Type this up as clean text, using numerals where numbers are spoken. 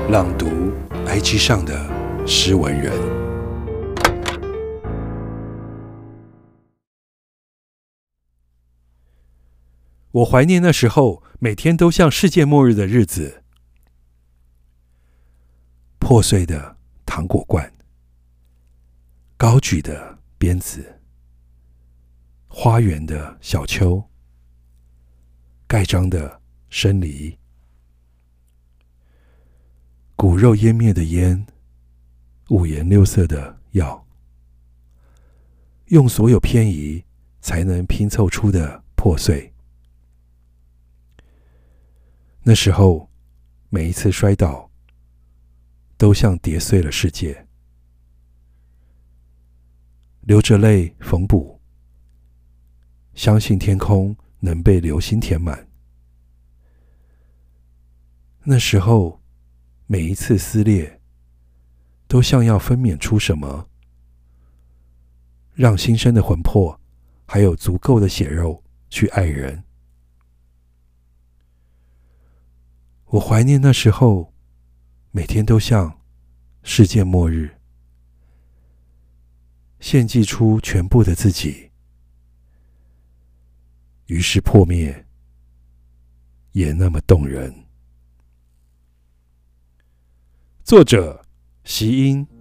朗读 IG 上的诗文人。我怀念那时候每天都像世界末日的日子。破碎的糖果罐，高举的鞭子，花园的小丘，盖章的生梨，骨肉湮灭的烟，五颜六色的药，用所有偏移才能拼凑出的破碎。那时候每一次摔倒都像跌碎了世界，流着泪缝补，相信天空能被流星填满。那时候每一次撕裂都像要分娩出什么，让新生的魂魄还有足够的血肉去爱人。我怀念那时候每天都像世界末日，献祭出全部的自己，于是破灭也那么动人。作者席英。